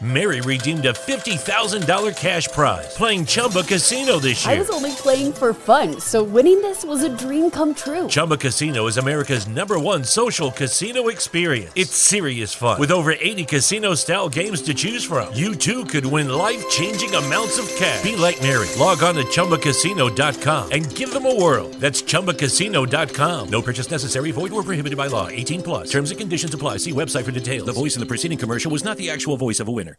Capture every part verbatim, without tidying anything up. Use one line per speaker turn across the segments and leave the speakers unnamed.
Mary redeemed a fifty thousand dollars cash prize playing Chumba Casino this year.
I was only playing for fun, so winning this was a dream come true.
Chumba Casino is America's number one social casino experience. It's serious fun. With over eighty casino-style games to choose from, you too could win life-changing amounts of cash. Be like Mary. Log on to Chumba Casino dot com and give them a whirl. That's Chumba Casino dot com. No purchase necessary. Void or prohibited by law. eighteen plus. Terms and conditions apply. See website for details. The voice in the preceding commercial was not the actual voice of a winner.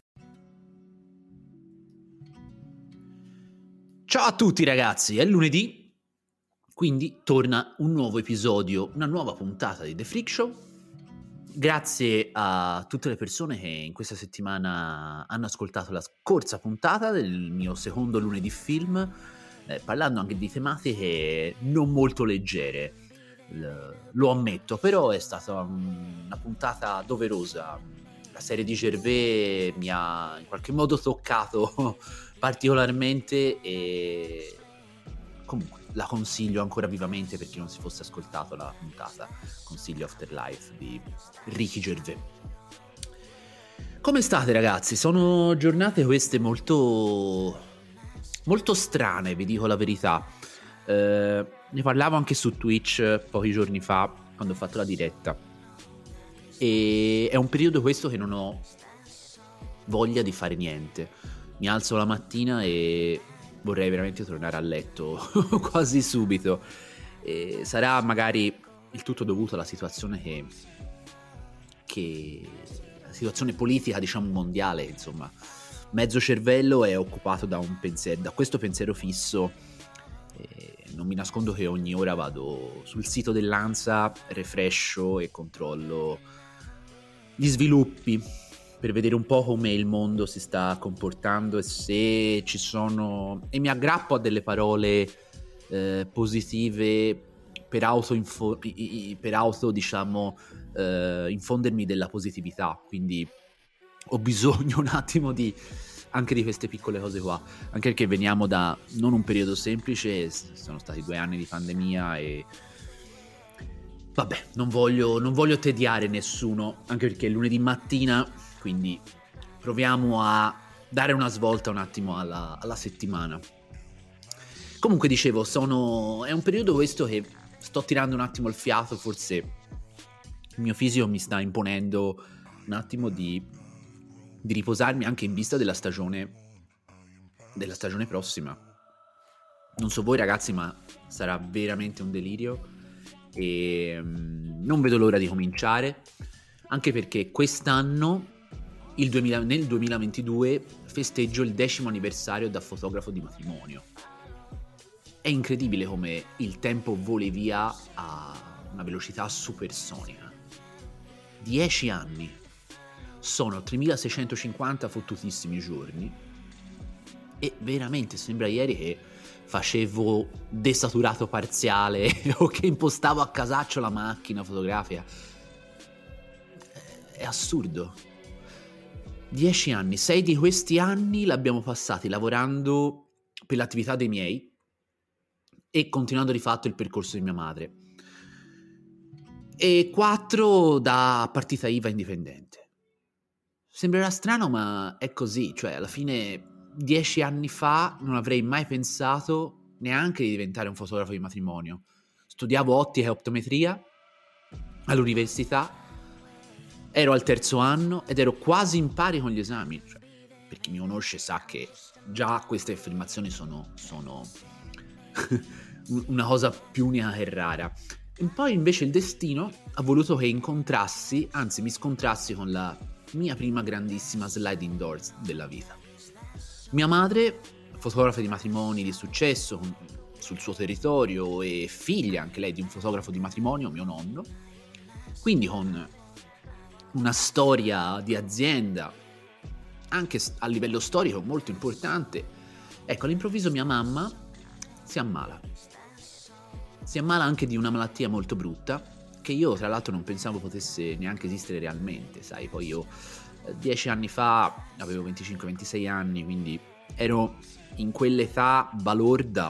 Ciao a tutti ragazzi, è lunedì, quindi torna un nuovo episodio, una nuova puntata di The Freak Show. Grazie a tutte le persone che in questa settimana hanno ascoltato la scorsa puntata del mio secondo lunedì film, eh, parlando anche di tematiche non molto leggere, L- lo ammetto, però è stata una puntata doverosa. La serie di Gervais mi ha in qualche modo toccato particolarmente e comunque la consiglio ancora vivamente per chi non si fosse ascoltato la puntata. Consiglio Afterlife di Ricky Gervais. Come state ragazzi? Sono giornate queste molto molto strane, vi dico la verità. Eh, ne parlavo anche su Twitch pochi giorni fa quando ho fatto la diretta e è un periodo questo che non ho voglia di fare niente. Mi alzo la mattina e vorrei veramente tornare a letto quasi subito. E sarà magari il tutto dovuto alla situazione che, che la situazione politica, diciamo, mondiale, insomma. Mezzo cervello è occupato da un pensiero, da questo pensiero fisso. E non mi nascondo che ogni ora vado sul sito dell'ANSA, refrescio e controllo gli sviluppi per vedere un po' come il mondo si sta comportando e se ci sono, e mi aggrappo a delle parole eh, positive per auto, info, per auto diciamo eh, infondermi della positività. Quindi ho bisogno un attimo di anche di queste piccole cose qua, anche perché veniamo da non un periodo semplice, sono stati due anni di pandemia e vabbè, non voglio, non voglio tediare nessuno, anche perché è lunedì mattina, quindi proviamo a dare una svolta un attimo alla, alla settimana. Comunque dicevo, sono è un periodo questo che sto tirando un attimo il fiato, forse il mio fisico mi sta imponendo un attimo di, di riposarmi anche in vista della stagione della stagione prossima. Non so voi ragazzi, ma sarà veramente un delirio e um, non vedo l'ora di cominciare, anche perché quest'anno il duemila, nel duemilaventidue festeggio il decimo anniversario da fotografo di matrimonio. È incredibile come il tempo voli via a una velocità supersonica. Dieci anni sono tremilaseicentocinquanta fottutissimi giorni e veramente sembra ieri che facevo desaturato parziale o che impostavo a casaccio la macchina fotografica. È assurdo. Dieci anni, sei di questi anni l'abbiamo passati lavorando per l'attività dei miei e continuando di fatto il percorso di mia madre, e quattro da partita I V A indipendente. Sembrerà strano, ma è così. Cioè, alla fine, dieci anni fa non avrei mai pensato neanche di diventare un fotografo di matrimonio. Studiavo ottica e optometria all'università, ero al terzo anno ed ero quasi in pari con gli esami. Cioè, per chi mi conosce sa che già queste affermazioni sono, sono una cosa più unica che rara. E poi invece il destino ha voluto che incontrassi, anzi mi scontrassi con la mia prima grandissima sliding doors della vita. Mia madre, fotografa di matrimoni di successo sul suo territorio e figlia anche lei di un fotografo di matrimonio, mio nonno, quindi con una storia di azienda anche a livello storico molto importante. Ecco, all'improvviso mia mamma si ammala si ammala anche di una malattia molto brutta che io tra l'altro non pensavo potesse neanche esistere realmente, sai. Poi io eh, dieci anni fa avevo venticinque ventisei anni, quindi ero in quell'età balorda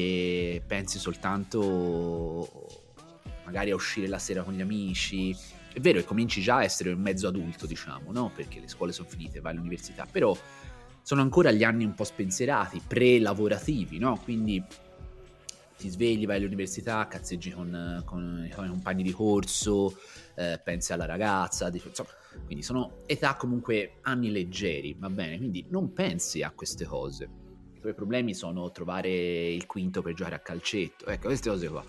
dove pensi soltanto magari a uscire la sera con gli amici, È vero che cominci già a essere un mezzo adulto, diciamo, no? Perché le scuole sono finite, vai all'università, però sono ancora gli anni un po' spensierati, pre-lavorativi, no? Quindi ti svegli, vai all'università, cazzeggi con, con, con i compagni di corso, eh, pensi alla ragazza, di, insomma, quindi sono età comunque anni leggeri, va bene? Quindi non pensi a queste cose. I tuoi problemi sono trovare il quinto per giocare a calcetto, ecco, queste cose qua.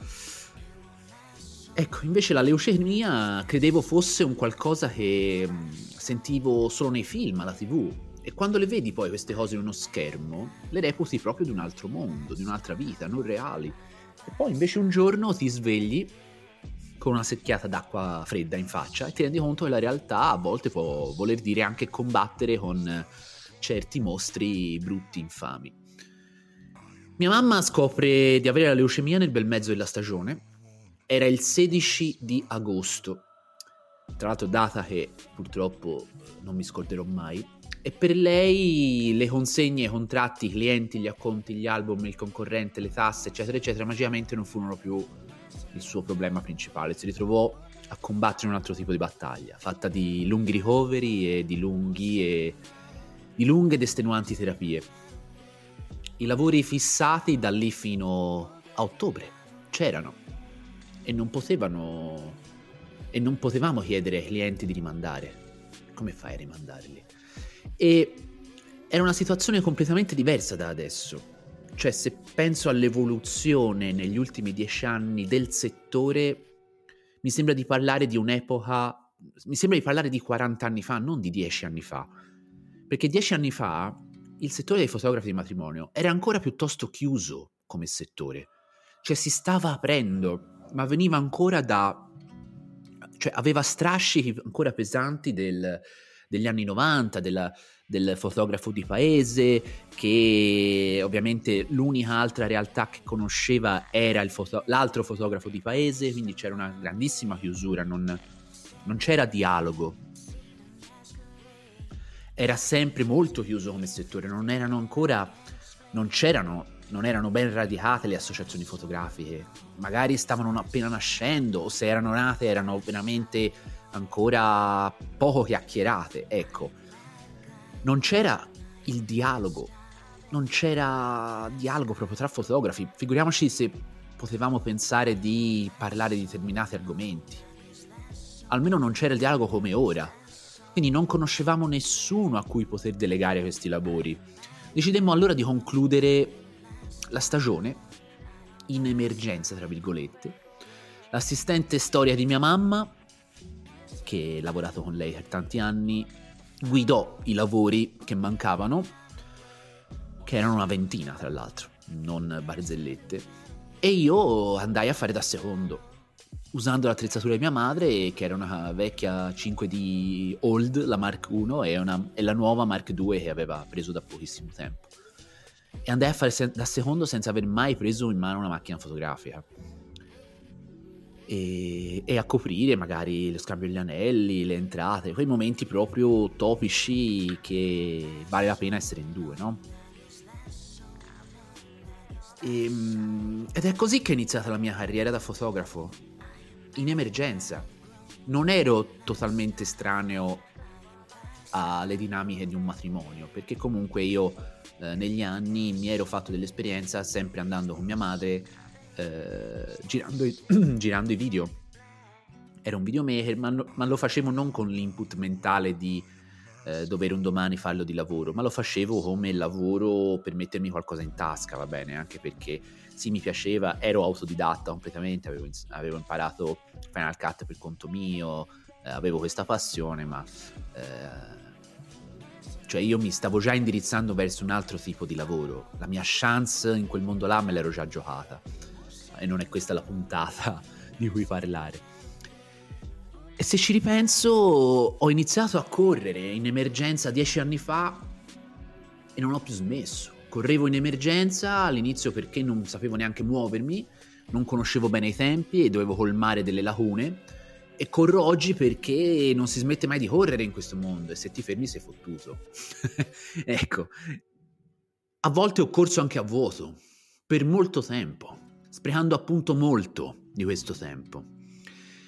Ecco, invece la leucemia credevo fosse un qualcosa che mh, sentivo solo nei film, alla tivù, e quando le vedi poi queste cose in uno schermo, le reputi proprio di un altro mondo, di un'altra vita, non reali. E poi invece un giorno ti svegli con una secchiata d'acqua fredda in faccia e ti rendi conto che la realtà a volte può voler dire anche combattere con certi mostri brutti, infami. Mia mamma scopre di avere la leucemia nel bel mezzo della stagione. Era il sedici di agosto, tra l'altro data che purtroppo non mi scorderò mai, e per lei le consegne, i contratti, i clienti, gli acconti, gli album, il concorrente, le tasse, eccetera, eccetera, magicamente non furono più il suo problema principale. Si ritrovò a combattere un altro tipo di battaglia, fatta di lunghi ricoveri e di lunghi e di lunghe ed estenuanti terapie. I lavori fissati da lì fino a ottobre c'erano. E non potevano e non potevamo chiedere ai clienti di rimandare. Come fai a rimandarli? E era una situazione completamente diversa da adesso. Cioè, se penso all'evoluzione negli ultimi dieci anni del settore, mi sembra di parlare di un'epoca, mi sembra di parlare di quaranta anni fa, non di dieci anni fa. Perché dieci anni fa il settore dei fotografi di matrimonio era ancora piuttosto chiuso come settore. Cioè, si stava aprendo, ma veniva ancora da, cioè aveva strascichi ancora pesanti del, degli anni novanta, della, del fotografo di paese, che ovviamente l'unica altra realtà che conosceva era il foto, l'altro fotografo di paese, quindi c'era una grandissima chiusura, non, non c'era dialogo, era sempre molto chiuso come settore, non erano ancora, non c'erano non erano ben radicate le associazioni fotografiche, magari stavano appena nascendo, o se erano nate erano veramente ancora poco chiacchierate, ecco. Non c'era il dialogo, non c'era dialogo proprio tra fotografi, figuriamoci se potevamo pensare di parlare di determinati argomenti. Almeno non c'era il dialogo come ora, quindi non conoscevamo nessuno a cui poter delegare questi lavori. Decidemmo allora di concludere la stagione in emergenza, tra virgolette. L'assistente storia di mia mamma, che ha lavorato con lei per tanti anni, guidò i lavori che mancavano, che erano una ventina tra l'altro, non barzellette, e io andai a fare da secondo, usando l'attrezzatura di mia madre, che era una vecchia cinque D Old, la Mark uno, e, una, e la nuova Mark due che aveva preso da pochissimo tempo. E andai a fare se- da secondo senza aver mai preso in mano una macchina fotografica e, e a coprire magari lo scambio degli anelli, le entrate, quei momenti proprio topici che vale la pena essere in due, no? E, ed è così che è iniziata la mia carriera da fotografo, in emergenza. Non ero totalmente estraneo alle dinamiche di un matrimonio, perché comunque io eh, negli anni mi ero fatto dell'esperienza sempre andando con mia madre eh, girando, i, girando i video. Ero un videomaker, ma, no, ma lo facevo non con l'input mentale di eh, dover un domani farlo di lavoro, ma lo facevo come lavoro per mettermi qualcosa in tasca, va bene, anche perché sì, mi piaceva, ero autodidatta completamente, avevo, avevo imparato Final Cut per conto mio, eh, avevo questa passione, ma eh, cioè io mi stavo già indirizzando verso un altro tipo di lavoro. La mia chance in quel mondo là me l'ero già giocata, e non è questa la puntata di cui parlare. E se ci ripenso, ho iniziato a correre in emergenza dieci anni fa e non ho più smesso. Correvo in emergenza all'inizio perché non sapevo neanche muovermi, non conoscevo bene i tempi e dovevo colmare delle lacune, e corro oggi perché non si smette mai di correre in questo mondo e se ti fermi sei fottuto. Ecco, a volte ho corso anche a vuoto, per molto tempo, sprecando appunto molto di questo tempo.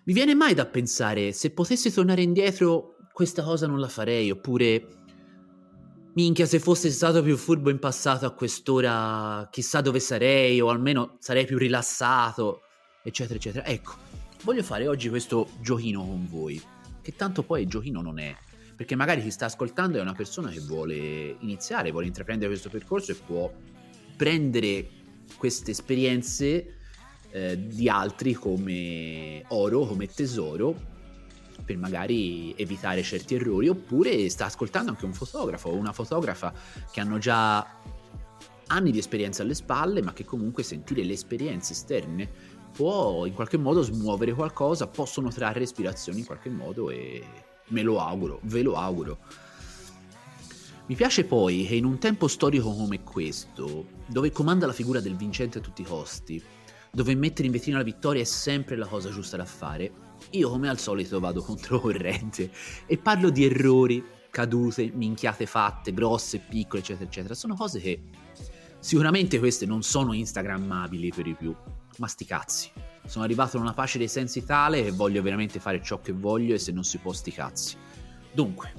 Vi viene mai da pensare, se potessi tornare indietro questa cosa non la farei, oppure minchia, se fossi stato più furbo in passato a quest'ora chissà dove sarei, o almeno sarei più rilassato, eccetera eccetera. Ecco, voglio fare oggi questo giochino con voi, che tanto poi giochino non è, perché magari chi sta ascoltando è una persona che vuole iniziare, vuole intraprendere questo percorso e può prendere queste esperienze eh, di altri come oro, come tesoro, per magari evitare certi errori, oppure sta ascoltando anche un fotografo o una fotografa che hanno già anni di esperienza alle spalle, ma che comunque sentire le esperienze esterne può in qualche modo smuovere qualcosa, possono trarre ispirazioni in qualche modo, e me lo auguro, ve lo auguro. Mi piace poi che in un tempo storico come questo, dove comanda la figura del vincente a tutti i costi, dove mettere in vetrina la vittoria è sempre la cosa giusta da fare, io come al solito vado controcorrente e parlo di errori, cadute, minchiate fatte, grosse, piccole, eccetera, eccetera. Sono cose che sicuramente queste non sono instagrammabili per i più, ma sti cazzi. Sono arrivato a una pace dei sensi tale che voglio veramente fare ciò che voglio, e se non si può sti cazzi. Dunque,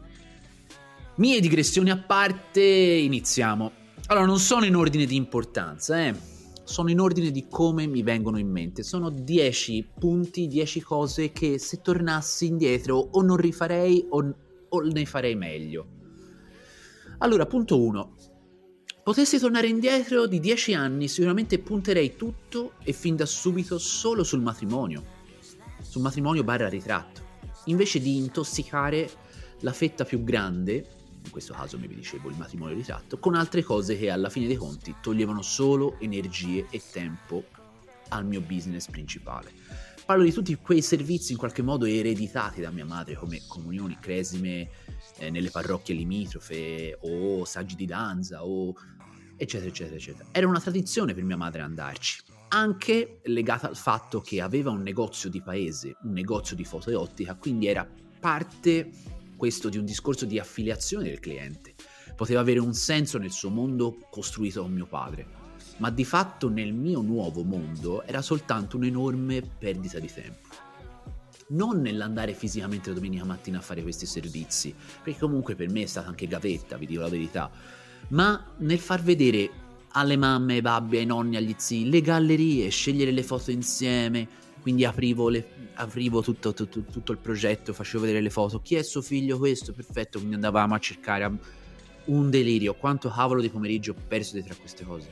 mie digressioni a parte, iniziamo. Allora, non sono in ordine di importanza, eh. Sono in ordine di come mi vengono in mente. Sono dieci punti, dieci cose che se tornassi indietro o non rifarei o, o ne farei meglio. Allora, punto uno. Potessi tornare indietro di dieci anni, sicuramente punterei tutto e fin da subito solo sul matrimonio. Sul matrimonio barra ritratto. Invece di intossicare la fetta più grande, in questo caso mi dicevo il matrimonio ritratto, con altre cose che alla fine dei conti toglievano solo energie e tempo al mio business principale. Parlo di tutti quei servizi in qualche modo ereditati da mia madre, come comunioni, cresime eh, nelle parrocchie limitrofe, o saggi di danza, o eccetera eccetera eccetera. Era una tradizione per mia madre andarci, anche legata al fatto che aveva un negozio di paese, un negozio di foto e ottica, quindi era parte questo di un discorso di affiliazione del cliente. Poteva avere un senso nel suo mondo costruito con mio padre, ma di fatto nel mio nuovo mondo era soltanto un'enorme perdita di tempo. Non nell'andare fisicamente la domenica mattina a fare questi servizi, perché comunque per me è stata anche gavetta, vi dico la verità, ma nel far vedere alle mamme, ai babbi, ai nonni, agli zii le gallerie, scegliere le foto insieme. Quindi aprivo, le, aprivo tutto, tutto, tutto il progetto, facevo vedere le foto. Chi è suo figlio? Questo, perfetto. Quindi andavamo a cercare un delirio. Quanto cavolo di pomeriggio ho perso dietro a queste cose.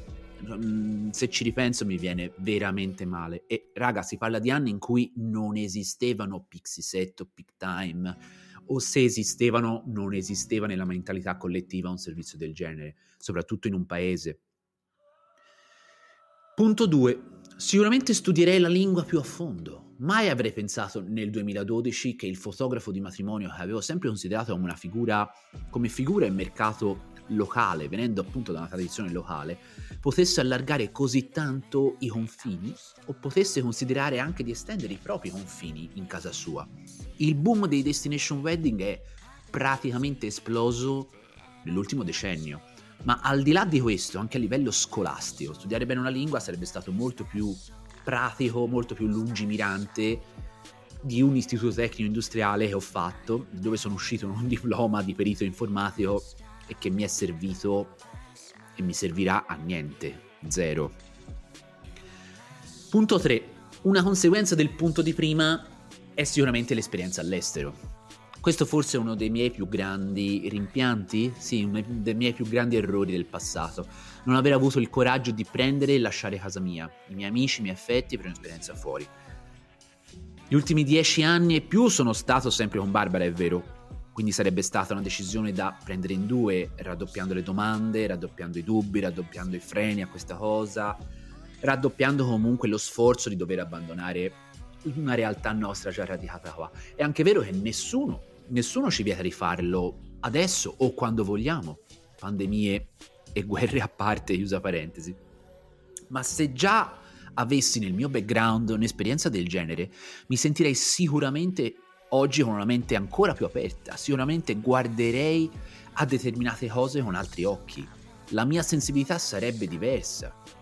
Se ci ripenso mi viene veramente male. E raga, si parla di anni in cui non esistevano Pixiset o PicTime, o se esistevano non esisteva nella mentalità collettiva un servizio del genere, soprattutto in un paese. Punto due. Sicuramente studierei la lingua più a fondo. Mai avrei pensato nel duemiladodici che il fotografo di matrimonio, che avevo sempre considerato come una figura, come figura in mercato locale, venendo appunto da una tradizione locale, potesse allargare così tanto i confini, o potesse considerare anche di estendere i propri confini in casa sua. Il boom dei destination wedding è praticamente esploso nell'ultimo decennio. Ma al di là di questo, anche a livello scolastico, studiare bene una lingua sarebbe stato molto più pratico, molto più lungimirante di un istituto tecnico industriale che ho fatto, dove sono uscito con un diploma di perito informatico e che mi è servito e mi servirà a niente, zero. Punto tre. Una conseguenza del punto di prima è sicuramente l'esperienza all'estero. Questo forse è uno dei miei più grandi rimpianti, sì, uno dei miei più grandi errori del passato. Non aver avuto il coraggio di prendere e lasciare casa mia, i miei amici, i miei affetti per un'esperienza fuori. Gli ultimi dieci anni e più sono stato sempre con Barbara, è vero, quindi sarebbe stata una decisione da prendere in due, raddoppiando le domande, raddoppiando i dubbi, raddoppiando i freni a questa cosa, raddoppiando comunque lo sforzo di dover abbandonare una realtà nostra già radicata qua. È anche vero che nessuno Nessuno ci vieta di farlo adesso o quando vogliamo, pandemie e guerre a parte, chiusa parentesi. Ma se già avessi nel mio background un'esperienza del genere, mi sentirei sicuramente oggi con una mente ancora più aperta, sicuramente guarderei a determinate cose con altri occhi. La mia sensibilità sarebbe diversa.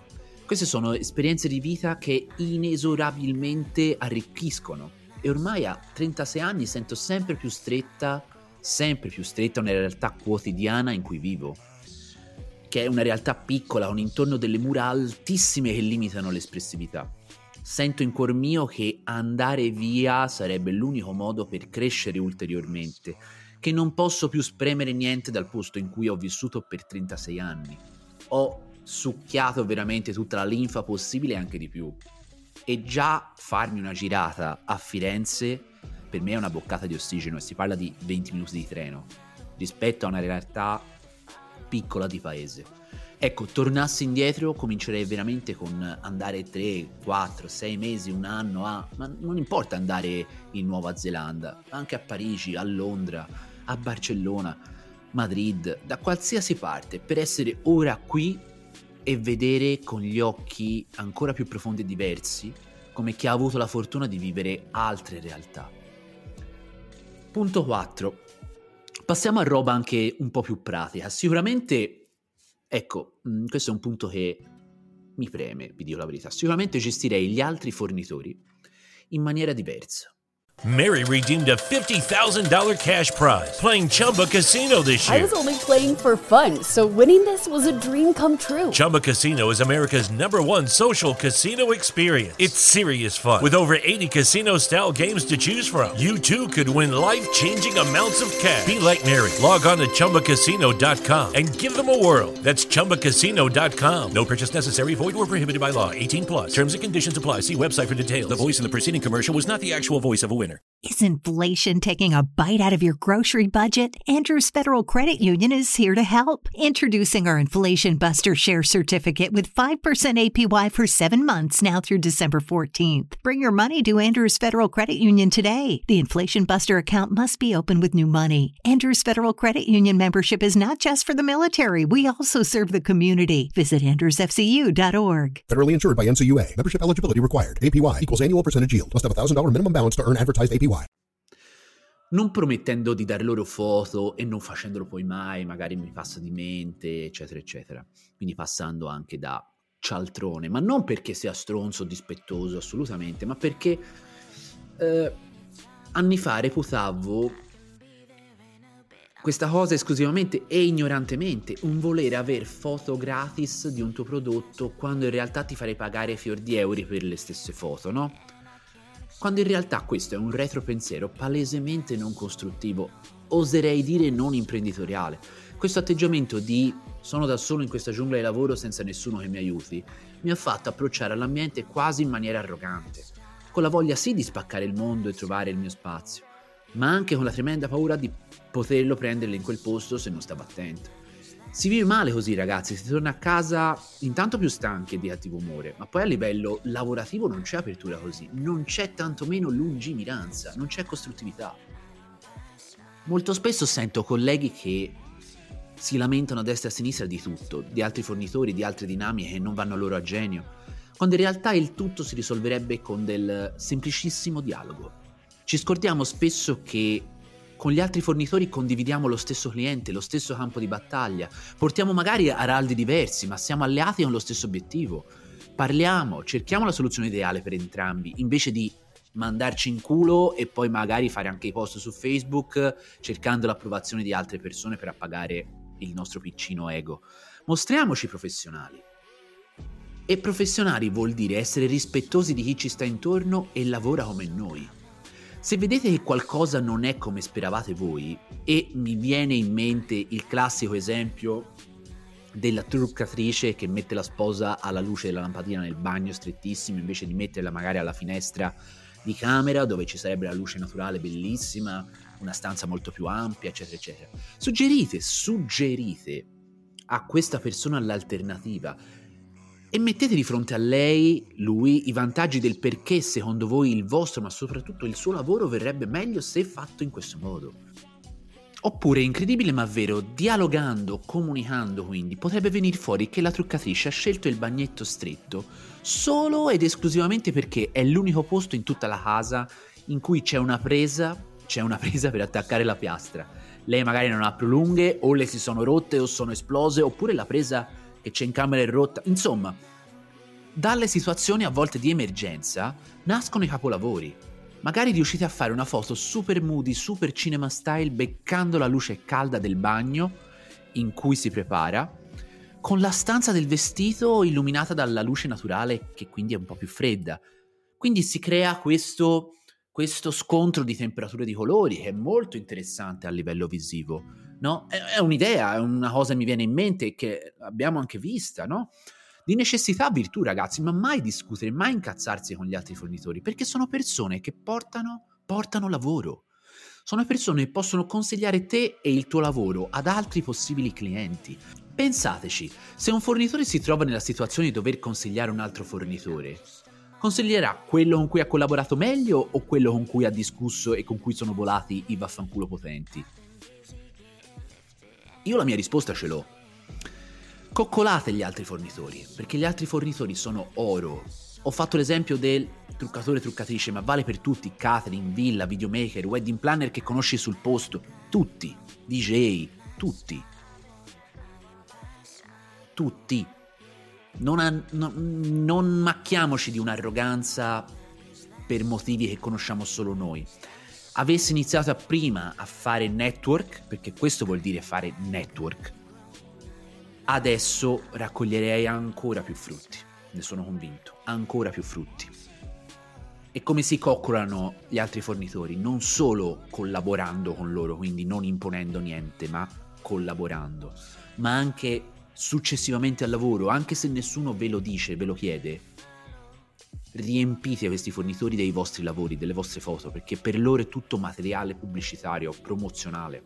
Queste sono esperienze di vita che inesorabilmente arricchiscono e ormai a trentasei anni sento sempre più stretta, sempre più stretta una realtà quotidiana in cui vivo, che è una realtà piccola con intorno delle mura altissime che limitano l'espressività. Sento in cuor mio che andare via sarebbe l'unico modo per crescere ulteriormente, che non posso più spremere niente dal posto in cui ho vissuto per trentasei anni. Ho succhiato veramente tutta la linfa possibile e anche di più. E già farmi una girata a Firenze per me è una boccata di ossigeno e si parla di venti minuti di treno rispetto a una realtà piccola di paese. Ecco, tornassi indietro comincerei veramente con andare tre, quattro, sei mesi, un anno a... ma non importa andare in Nuova Zelanda, anche a Parigi, a Londra, a Barcellona, Madrid, da qualsiasi parte, per essere ora qui e vedere con gli occhi ancora più profondi e diversi come chi ha avuto la fortuna di vivere altre realtà. Punto quattro. Passiamo a roba anche un po' più pratica. Sicuramente, ecco, questo è un punto che mi preme, vi dico la verità. Sicuramente gestirei gli altri fornitori in maniera diversa.
Mary redeemed a fifty thousand dollars cash prize playing Chumba Casino this year.
I was only playing for fun, so winning this was a dream come true.
Chumba Casino is America's number one social casino experience. It's serious fun. With over eighty casino-style games to choose from, you too could win life-changing amounts of cash. Be like Mary. Log on to Chumba Casino dot com and give them a whirl. That's Chumba Casino dot com. No purchase necessary. Void or prohibited by law. eighteen plus. Terms and conditions apply. See website for details. The voice in the preceding commercial was not the actual voice of a winner.
Is inflation taking a bite out of your grocery budget? Andrews Federal Credit Union is here to help. Introducing our Inflation Buster Share Certificate with five percent A P Y for seven months now through December fourteenth. Bring your money to Andrews Federal Credit Union today. The Inflation Buster account must be open with new money. Andrews Federal Credit Union membership is not just for the military. We also serve the community. Visit andrews f c u dot org.
Federally insured by N C U A. Membership eligibility required. A P Y equals annual percentage yield. Must have a one thousand dollars minimum balance to earn advertised A P Y.
Non promettendo di dar loro foto e non facendolo poi mai, magari mi passa di mente, eccetera, eccetera. Quindi passando anche da cialtrone, ma non perché sia stronzo o dispettoso, assolutamente, ma perché eh, anni fa reputavo questa cosa esclusivamente e ignorantemente un volere aver foto gratis di un tuo prodotto quando in realtà ti farei pagare fior di euro per le stesse foto, no? Quando in realtà questo è un retropensiero palesemente non costruttivo, oserei dire non imprenditoriale. Questo atteggiamento di sono da solo in questa giungla di lavoro senza nessuno che mi aiuti, mi ha fatto approcciare all'ambiente quasi in maniera arrogante, con la voglia sì di spaccare il mondo e trovare il mio spazio, ma anche con la tremenda paura di poterlo prendere in quel posto se non stavo attento. Si vive male così, ragazzi, si torna a casa intanto più stanchi e di cattivo umore, ma poi a livello lavorativo non c'è apertura così, non c'è tantomeno lungimiranza, non c'è costruttività. Molto spesso sento colleghi che si lamentano a destra e a sinistra di tutto, di altri fornitori, di altre dinamiche che non vanno loro a genio, quando in realtà il tutto si risolverebbe con del semplicissimo dialogo. Ci scordiamo spesso che con gli altri fornitori condividiamo lo stesso cliente, lo stesso campo di battaglia, portiamo magari araldi diversi, ma siamo alleati con lo stesso obiettivo. Parliamo, cerchiamo la soluzione ideale per entrambi, invece di mandarci in culo e poi magari fare anche i post su Facebook cercando l'approvazione di altre persone per appagare il nostro piccino ego. Mostriamoci professionali. E professionali vuol dire essere rispettosi di chi ci sta intorno e lavora come noi. Se vedete che qualcosa non è come speravate voi, e mi viene in mente il classico esempio della truccatrice che mette la sposa alla luce della lampadina nel bagno strettissimo invece di metterla magari alla finestra di camera dove ci sarebbe la luce naturale bellissima, una stanza molto più ampia, eccetera, eccetera. Suggerite, suggerite a questa persona l'alternativa e mettete di fronte a lei, lui, i vantaggi del perché secondo voi il vostro, ma soprattutto il suo lavoro verrebbe meglio se fatto in questo modo. Oppure, incredibile ma vero, dialogando, comunicando quindi, potrebbe venire fuori che la truccatrice ha scelto il bagnetto stretto solo ed esclusivamente perché è l'unico posto in tutta la casa in cui c'è una presa, c'è una presa per attaccare la piastra. Lei magari non ha più lunghe, o le si sono rotte o sono esplose, oppure la presa che c'è in camera è rotta. Insomma, dalle situazioni a volte di emergenza nascono i capolavori. Magari riuscite a fare una foto super moody, super cinema style, beccando la luce calda del bagno in cui si prepara, con la stanza del vestito illuminata dalla luce naturale che quindi è un po' più fredda. Quindi si crea questo, questo scontro di temperature e di colori che è molto interessante a livello visivo, no? È, è un'idea, è una cosa che mi viene in mente che abbiamo anche vista, no? Di necessità virtù, ragazzi, ma mai discutere, mai incazzarsi con gli altri fornitori, perché sono persone che portano, portano lavoro. Sono persone che possono consigliare te e il tuo lavoro ad altri possibili clienti. Pensateci, se un fornitore si trova nella situazione di dover consigliare un altro fornitore, consiglierà quello con cui ha collaborato meglio o quello con cui ha discusso e con cui sono volati i vaffanculo potenti? Io la mia risposta ce l'ho. Coccolate gli altri fornitori, perché gli altri fornitori sono oro. Ho fatto l'esempio del truccatore truccatrice, ma vale per tutti: catering, villa, videomaker, wedding planner che conosci sul posto, tutti, D J, tutti. Tutti. Non, ha, no, non macchiamoci di un'arroganza per motivi che conosciamo solo noi. Avessi iniziato prima a fare network, perché questo vuol dire fare network, adesso raccoglierei ancora più frutti, ne sono convinto, ancora più frutti. E come si coccolano gli altri fornitori? Non solo collaborando con loro, quindi non imponendo niente, ma collaborando, ma anche successivamente al lavoro, anche se nessuno ve lo dice, ve lo chiede. Riempite questi fornitori dei vostri lavori, delle vostre foto, perché per loro è tutto materiale pubblicitario, promozionale.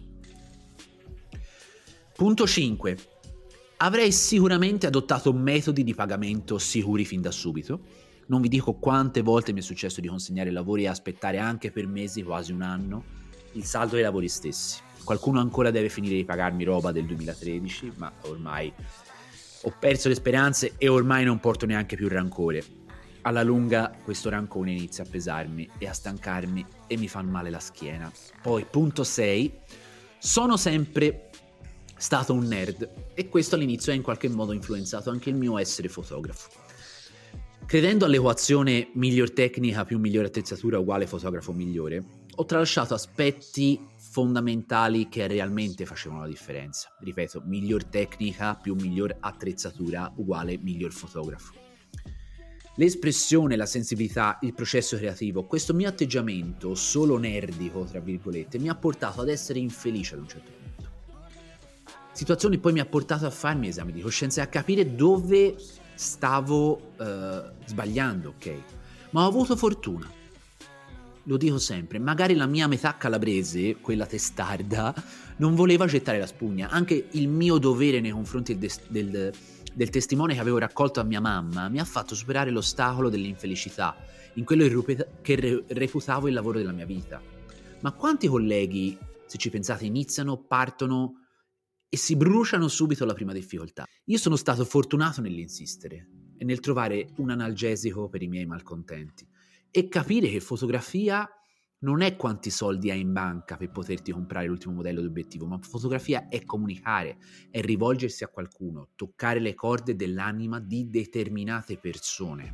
Punto cinque. Avrei sicuramente adottato metodi di pagamento sicuri fin da subito. Non vi dico quante volte mi è successo di consegnare lavori e aspettare anche per mesi, quasi un anno, il saldo dei lavori stessi. Qualcuno ancora deve finire di pagarmi roba del duemilatredici, ma ormai ho perso le speranze e ormai non porto neanche più rancore. Alla lunga questo rancone inizia a pesarmi e a stancarmi e mi fa male la schiena. Poi, punto sei, sono sempre stato un nerd e questo all'inizio ha in qualche modo influenzato anche il mio essere fotografo. Credendo all'equazione miglior tecnica più migliore attrezzatura uguale fotografo migliore, ho tralasciato aspetti fondamentali che realmente facevano la differenza. Ripeto, miglior tecnica più miglior attrezzatura uguale miglior fotografo. L'espressione, la sensibilità, il processo creativo, questo mio atteggiamento solo nerdico, tra virgolette, mi ha portato ad essere infelice ad un certo punto. Situazione poi mi ha portato a farmi esami di coscienza e a capire dove stavo eh, sbagliando, ok? Ma ho avuto fortuna. Lo dico sempre, magari la mia metà calabrese, quella testarda, non voleva gettare la spugna. Anche il mio dovere nei confronti del, del, del testimone che avevo raccolto a mia mamma mi ha fatto superare l'ostacolo dell'infelicità in quello che reputavo il lavoro della mia vita. Ma quanti colleghi, se ci pensate, iniziano, partono e si bruciano subito alla prima difficoltà? Io sono stato fortunato nell'insistere e nel trovare un analgesico per i miei malcontenti e capire che fotografia non è quanti soldi hai in banca per poterti comprare l'ultimo modello di obiettivo, ma fotografia è comunicare, è rivolgersi a qualcuno, toccare le corde dell'anima di determinate persone.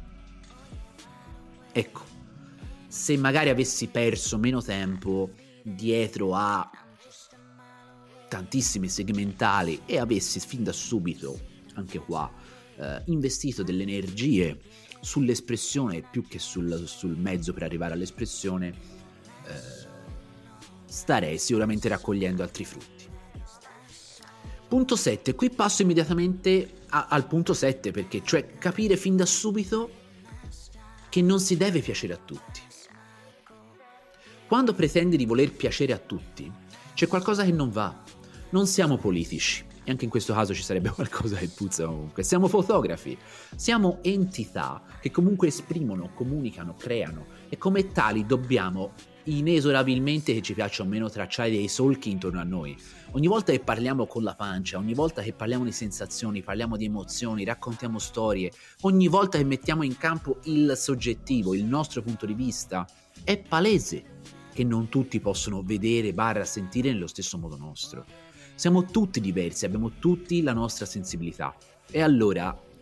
Ecco, se magari avessi perso meno tempo dietro a tantissimi segmentali e avessi fin da subito, anche qua, eh, investito delle energie sull'espressione più che sul, sul mezzo per arrivare all'espressione, eh, starei sicuramente raccogliendo altri frutti. Punto sette, qui passo immediatamente a, al punto sette, perché cioè capire fin da subito che non si deve piacere a tutti. Quando pretendi di voler piacere a tutti, c'è qualcosa che non va. Non siamo politici, e anche in questo caso ci sarebbe qualcosa che puzza comunque. Siamo fotografi, siamo entità che comunque esprimono, comunicano, creano, e come tali dobbiamo inesorabilmente, che ci piaccia o meno, tracciare dei solchi intorno a noi. Ogni volta che parliamo con la pancia, ogni volta che parliamo di sensazioni, parliamo di emozioni, raccontiamo storie, ogni volta che mettiamo in campo il soggettivo, il nostro punto di vista, è palese che non tutti possono vedere barra sentire nello stesso modo nostro. Siamo tutti diversi, abbiamo tutti la nostra sensibilità. E allora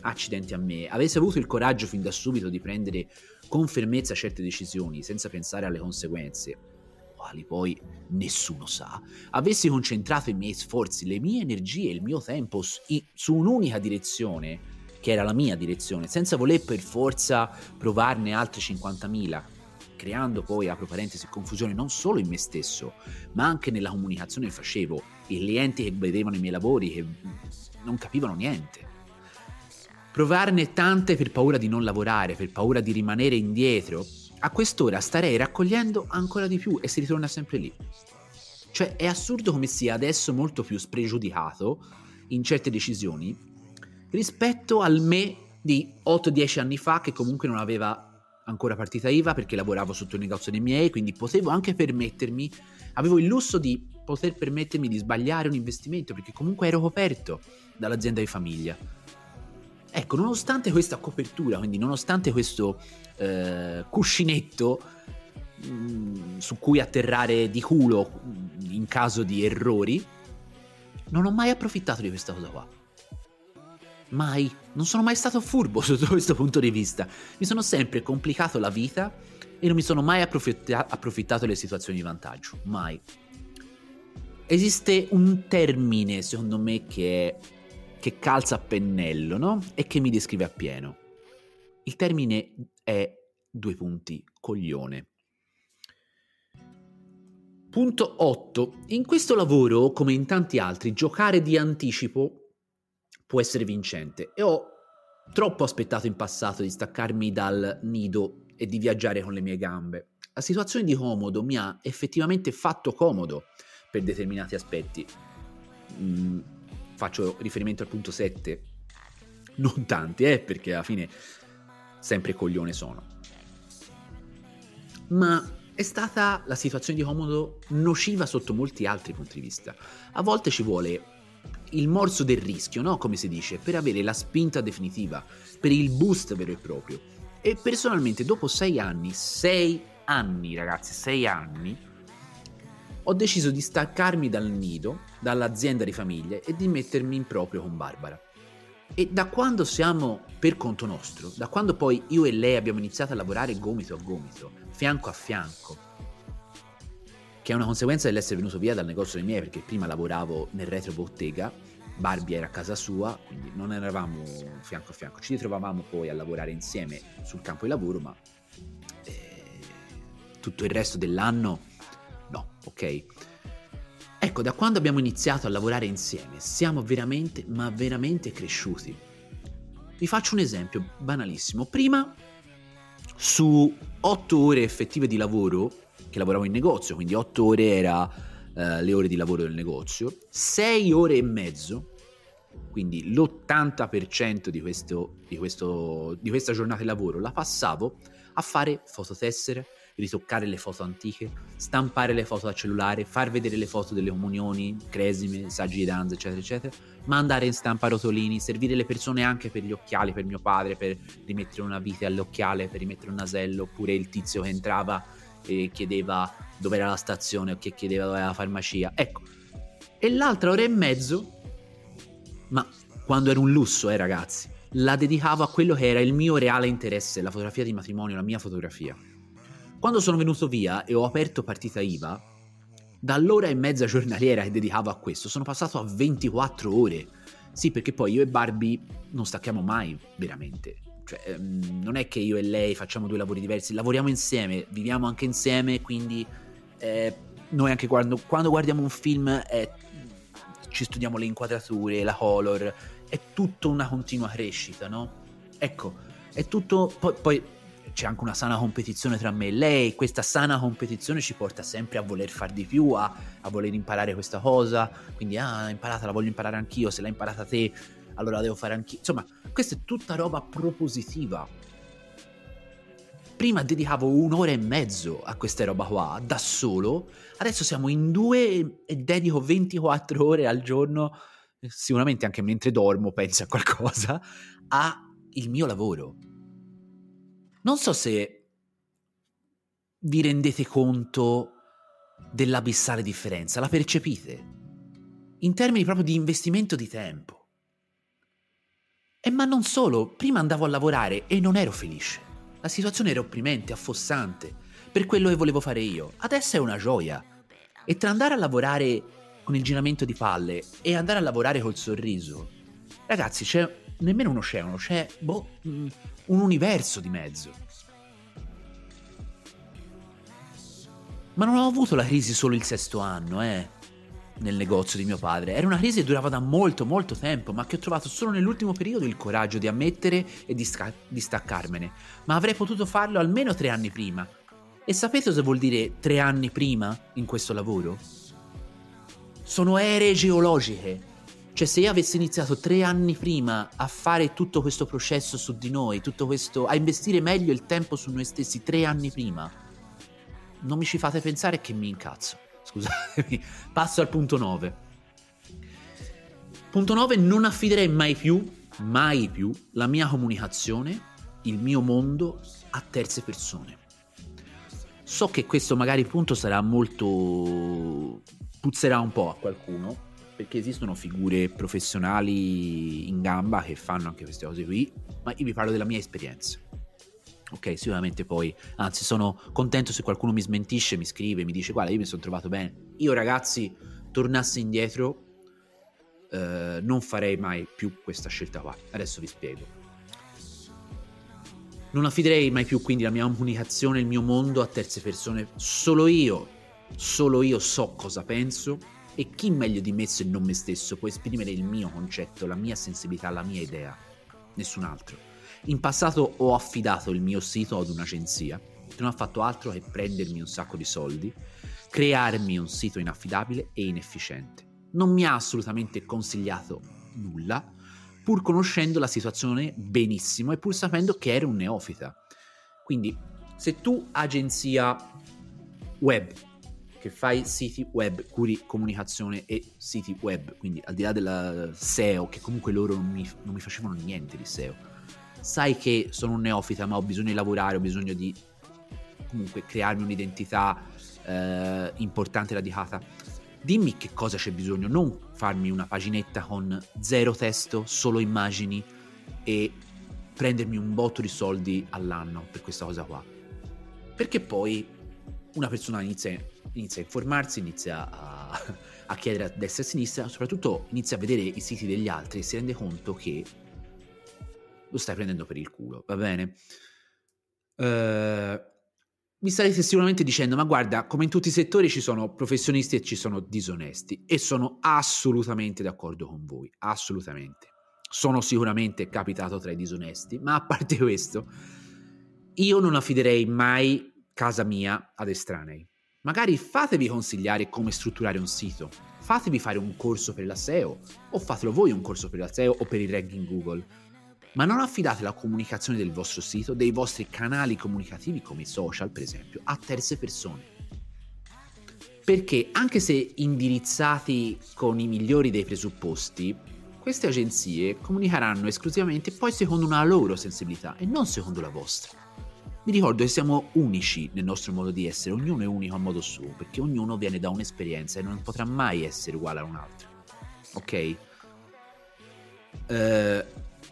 accidenti a me, avessi avuto il coraggio fin da subito di prendere con fermezza certe decisioni senza pensare alle conseguenze, quali poi nessuno sa, avessi concentrato i miei sforzi, le mie energie, il mio tempo su, su un'unica direzione, che era la mia direzione, senza voler per forza provarne altre cinquantamila, creando poi, apro parentesi, confusione non solo in me stesso, ma anche nella comunicazione che facevo, i clienti che vedevano i miei lavori, che non capivano niente. Provarne tante per paura di non lavorare, per paura di rimanere indietro, a quest'ora starei raccogliendo ancora di più e si ritorna sempre lì. Cioè è assurdo come sia adesso molto più spregiudicato in certe decisioni rispetto al me di otto dieci anni fa, che comunque non aveva ancora partita I V A perché lavoravo sotto il negozio dei miei, quindi potevo anche permettermi, avevo il lusso di poter permettermi di sbagliare un investimento perché comunque ero coperto dall'azienda di famiglia. Ecco, nonostante questa copertura, quindi nonostante questo eh, cuscinetto mh, su cui atterrare di culo in caso di errori, non ho mai approfittato di questa cosa qua. Mai. Non sono mai stato furbo sotto questo punto di vista. Mi sono sempre complicato la vita e non mi sono mai approfitta- approfittato delle situazioni di vantaggio. Mai. Esiste un termine, secondo me, che è che calza a pennello, no? E che mi descrive appieno. Il termine è due punti, coglione. Punto otto. In questo lavoro, come in tanti altri, giocare di anticipo può essere vincente e ho troppo aspettato in passato di staccarmi dal nido e di viaggiare con le mie gambe. La situazione di comodo mi ha effettivamente fatto comodo per determinati aspetti. Mm. Faccio riferimento al punto sette, non tanti, eh, perché alla fine sempre coglione sono. Ma è stata la situazione di comodo nociva sotto molti altri punti di vista. A volte ci vuole il morso del rischio, no? Come si dice, per avere la spinta definitiva, per il boost vero e proprio. E personalmente dopo sei anni, sei anni ragazzi, sei anni, ho deciso di staccarmi dal nido, dall'azienda di famiglia e di mettermi in proprio con Barbara. E da quando siamo per conto nostro, da quando poi io e lei abbiamo iniziato a lavorare gomito a gomito, fianco a fianco, che è una conseguenza dell'essere venuto via dal negozio dei miei, perché prima lavoravo nel retro bottega, Barbie era a casa sua, quindi non eravamo fianco a fianco, ci ritrovavamo poi a lavorare insieme sul campo di lavoro, ma eh, tutto il resto dell'anno no, ok? Ecco, da quando abbiamo iniziato a lavorare insieme siamo veramente, ma veramente cresciuti. Vi faccio un esempio banalissimo. Prima, su otto ore effettive di lavoro, che lavoravo in negozio, quindi otto ore era eh, le ore di lavoro del negozio, sei ore e mezzo, quindi l'ottanta per cento di, questo, di, questo, di questa giornata di lavoro la passavo a fare fototessere, ritoccare le foto antiche, stampare le foto da cellulare, far vedere le foto delle comunioni, cresime, saggi di danza, eccetera, eccetera, mandare in stampa rotolini, servire le persone anche per gli occhiali, per mio padre, per rimettere una vite all'occhiale, per rimettere un nasello, oppure il tizio che entrava e chiedeva dove era la stazione o che chiedeva dove era la farmacia. Ecco, e l'altra ora e mezzo, ma quando era un lusso, eh ragazzi, la dedicavo a quello che era il mio reale interesse, la fotografia di matrimonio, la mia fotografia. Quando sono venuto via e ho aperto partita I V A, dall'ora e mezza giornaliera che dedicavo a questo, sono passato a ventiquattro ore. Sì, perché poi io e Barbie non stacchiamo mai, veramente. Cioè, ehm, non è che io e lei facciamo due lavori diversi, lavoriamo insieme, viviamo anche insieme, quindi eh, noi anche quando, quando guardiamo un film eh, ci studiamo le inquadrature, la color, è tutto una continua crescita, no? Ecco, è tutto... Poi, poi c'è anche una sana competizione tra me e lei, questa sana competizione ci porta sempre a voler far di più, a, a voler imparare questa cosa, quindi ah, imparata, la voglio imparare anch'io, se l'hai imparata te, allora la devo fare anch'io. Insomma, questa è tutta roba propositiva. Prima dedicavo un'ora e mezzo a questa roba qua, da solo, adesso siamo in due e dedico ventiquattro ore al giorno, sicuramente anche mentre dormo, penso a qualcosa, a il mio lavoro. Non so se vi rendete conto dell'abissale differenza, la percepite? In termini proprio di investimento di tempo. E ma non solo, prima andavo a lavorare e non ero felice. La situazione era opprimente, affossante, per quello che volevo fare io. Adesso è una gioia. E tra andare a lavorare con il giramento di palle e andare a lavorare col sorriso, ragazzi, c'è nemmeno un oceano, c'è boh, un universo di mezzo. Ma non ho avuto la crisi solo il sesto anno, eh, nel negozio di mio padre. Era una crisi che durava da molto, molto tempo, ma che ho trovato solo nell'ultimo periodo il coraggio di ammettere e di, sca- di staccarmene. Ma avrei potuto farlo almeno tre anni prima. E sapete cosa vuol dire tre anni prima in questo lavoro? Sono ere geologiche. Cioè, se io avessi iniziato tre anni prima a fare tutto questo processo su di noi, tutto questo, a investire meglio il tempo su noi stessi tre anni prima, non mi ci fate pensare che mi incazzo. Scusatemi. Passo al punto nove. Punto nove, non affiderei mai più, mai più, la mia comunicazione, il mio mondo a terze persone. So che questo magari punto sarà molto... puzzerà un po' a qualcuno, perché esistono figure professionali in gamba che fanno anche queste cose qui, ma io vi parlo della mia esperienza. Ok, sicuramente poi, anzi sono contento se qualcuno mi smentisce, mi scrive, mi dice guarda io mi sono trovato bene. Io ragazzi, tornassi indietro, eh, non farei mai più questa scelta qua. Adesso vi spiego. Non affiderei mai più quindi la mia comunicazione, il mio mondo a terze persone. Solo io, solo io so cosa penso e chi meglio di me se non me stesso può esprimere il mio concetto, la mia sensibilità, la mia idea. Nessun altro. In passato ho affidato il mio sito ad un'agenzia che non ha fatto altro che prendermi un sacco di soldi, crearmi un sito inaffidabile e inefficiente. Non mi ha assolutamente consigliato nulla, pur conoscendo la situazione benissimo e pur sapendo che ero un neofita. Quindi, se tu, agenzia web, che fai siti web, curi comunicazione e siti web, quindi al di là della S E O, che comunque loro non mi, non mi facevano niente di S E O, sai che sono un neofita ma ho bisogno di lavorare, ho bisogno di comunque crearmi un'identità eh, importante, radicata, dimmi che cosa c'è bisogno, non farmi una paginetta con zero testo, solo immagini e prendermi un botto di soldi all'anno per questa cosa qua, perché poi una persona inizia, inizia a informarsi, inizia a, a chiedere a destra e a sinistra, soprattutto inizia a vedere i siti degli altri e si rende conto che lo stai prendendo per il culo, va bene? Uh, mi starete sicuramente dicendo, ma guarda, come in tutti i settori ci sono professionisti e ci sono disonesti, e sono assolutamente d'accordo con voi, assolutamente. Sono sicuramente capitato tra i disonesti, ma a parte questo, io non affiderei mai casa mia ad estranei. Magari fatevi consigliare come strutturare un sito, fatevi fare un corso per la S E O, o fatelo voi un corso per la S E O o per il ranking Google. Ma non affidate la comunicazione del vostro sito, dei vostri canali comunicativi come i social per esempio, a terze persone. Perché anche se indirizzati con i migliori dei presupposti, queste agenzie comunicheranno esclusivamente poi secondo una loro sensibilità e non secondo la vostra. Vi ricordo che siamo unici nel nostro modo di essere, ognuno è unico a modo suo, perché ognuno viene da un'esperienza e non potrà mai essere uguale a un altro. Ok? Uh,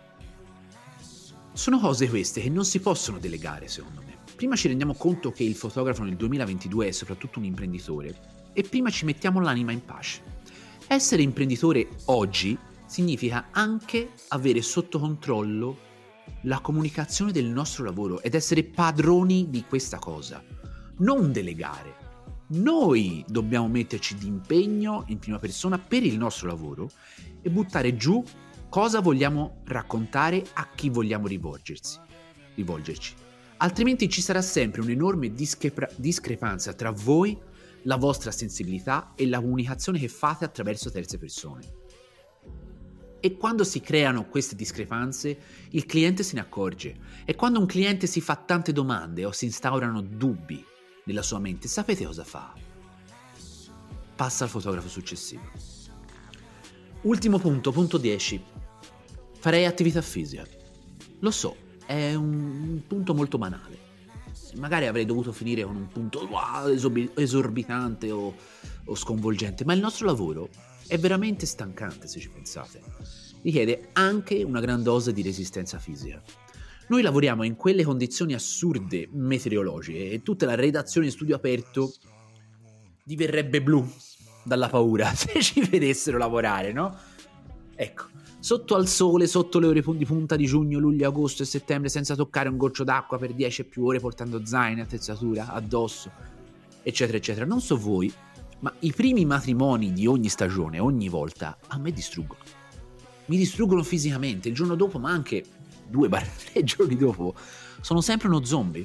Sono cose queste che non si possono delegare, secondo me. Prima ci rendiamo conto che il fotografo nel duemilaventidue è soprattutto un imprenditore e prima ci mettiamo l'anima in pace. Essere imprenditore oggi significa anche avere sotto controllo la comunicazione del nostro lavoro ed essere padroni di questa cosa. Non delegare. Noi dobbiamo metterci d'impegno in prima persona per il nostro lavoro e buttare giù cosa vogliamo raccontare, a chi vogliamo rivolgersi, rivolgerci. Altrimenti ci sarà sempre un'enorme discrep- discrepanza tra voi, la vostra sensibilità e la comunicazione che fate attraverso terze persone. E quando si creano queste discrepanze, il cliente se ne accorge. E quando un cliente si fa tante domande o si instaurano dubbi nella sua mente, sapete cosa fa? Passa al fotografo successivo. Ultimo punto, punto dieci. Farei attività fisica. Lo so, è un punto molto banale. Magari avrei dovuto finire con un punto wow, esorbitante o, o sconvolgente, ma il nostro lavoro è veramente stancante se ci pensate. richiede anche una gran dose di resistenza fisica. Noi lavoriamo in quelle condizioni assurde meteorologiche e tutta la redazione in studio aperto diverrebbe blu dalla paura se ci vedessero lavorare, no? Ecco, sotto al sole, sotto le ore di punta di giugno, luglio, agosto e settembre, senza toccare un goccio d'acqua per dieci e più ore, portando zaini, attrezzatura, addosso, eccetera, eccetera. Non so voi, ma i primi matrimoni di ogni stagione, ogni volta, a me distruggono. Mi distruggono fisicamente, il giorno dopo, ma anche due barra tre giorni dopo, sono sempre uno zombie.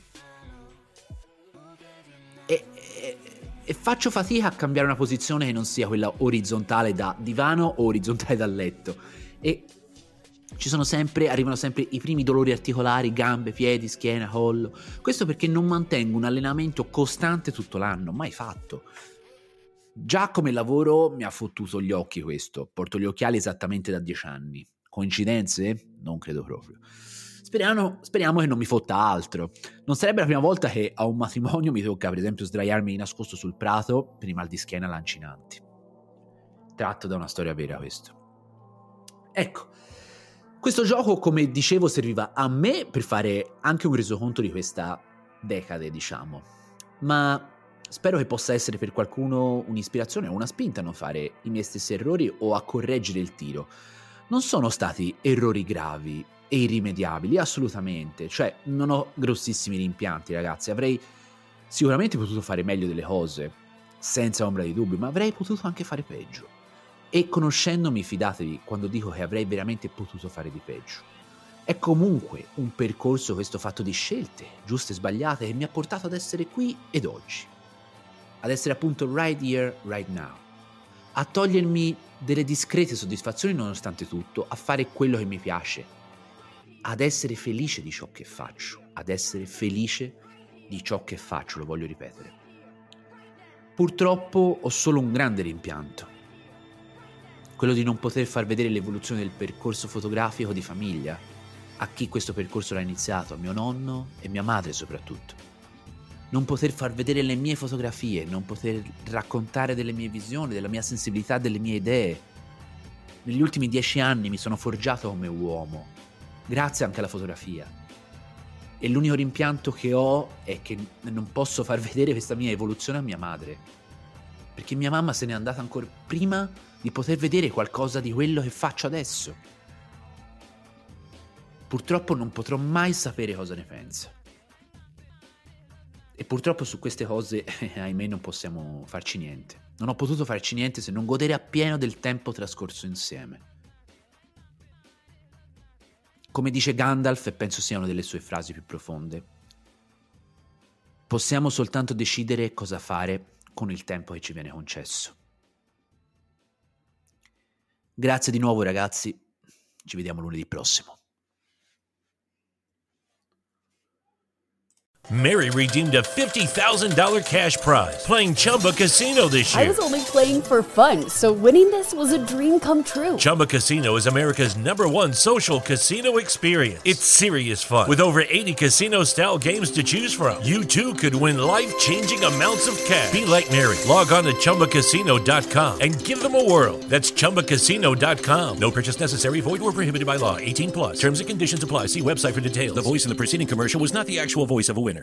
E, e, e faccio fatica a cambiare una posizione che non sia quella orizzontale da divano o orizzontale da letto. E ci sono sempre, arrivano sempre i primi dolori articolari, gambe, piedi, schiena, collo. Questo perché non mantengo un allenamento costante tutto l'anno, mai fatto. Già come lavoro mi ha fottuto gli occhi questo. Porto gli occhiali esattamente da dieci anni. Coincidenze? Non credo proprio. Speriamo, speriamo che non mi fotta altro. Non sarebbe la prima volta che a un matrimonio mi tocca, per esempio, sdraiarmi di nascosto sul prato per i mal di schiena lancinanti. Tratto da una storia vera questo. Ecco, questo gioco, come dicevo, serviva a me per fare anche un resoconto di questa decade, diciamo. Ma spero che possa essere per qualcuno un'ispirazione o una spinta a non fare i miei stessi errori o a correggere il tiro. Non sono stati errori gravi e irrimediabili, assolutamente. Cioè, non ho grossissimi rimpianti, ragazzi. Avrei sicuramente potuto fare meglio delle cose, senza ombra di dubbio, ma avrei potuto anche fare peggio. E conoscendomi, fidatevi quando dico che avrei veramente potuto fare di peggio. È comunque un percorso, questo, fatto di scelte, giuste e sbagliate, che mi ha portato ad essere qui ed oggi. Ad essere appunto right here, right now. A togliermi delle discrete soddisfazioni nonostante tutto, a fare quello che mi piace, ad essere felice di ciò che faccio, ad essere felice di ciò che faccio, lo voglio ripetere. Purtroppo ho solo un grande rimpianto, quello di non poter far vedere l'evoluzione del percorso fotografico di famiglia, a chi questo percorso l'ha iniziato, a mio nonno e mia madre soprattutto. Non poter far vedere le mie fotografie, non poter raccontare delle mie visioni, della mia sensibilità, delle mie idee. Negli ultimi dieci anni mi sono forgiato come uomo, grazie anche alla fotografia. E l'unico rimpianto che ho è che non posso far vedere questa mia evoluzione a mia madre, perché mia mamma se n'è andata ancora prima di poter vedere qualcosa di quello che faccio adesso. Purtroppo non potrò mai sapere cosa ne pensa. E purtroppo su queste cose, eh, ahimè, non possiamo farci niente. Non ho potuto farci niente se non godere appieno del tempo trascorso insieme. Come dice Gandalf, e penso sia una delle sue frasi più profonde, possiamo soltanto decidere cosa fare con il tempo che ci viene concesso. Grazie di nuovo, ragazzi. Ci vediamo lunedì prossimo.
Mary redeemed a fifty thousand dollars cash prize playing Chumba Casino this year.
I was only playing for fun, so winning this was a dream come true.
Chumba Casino is America's number one social casino experience. It's serious fun. With over eighty casino-style games to choose from, you too could win life-changing amounts of cash. Be like Mary. Log on to Chumba Casino dot com and give them a whirl. That's Chumba Casino dot com. No purchase necessary. Void or prohibited by law. eighteen plus. Terms and conditions apply. See website for details. The voice in the preceding commercial was not the actual voice of a winner.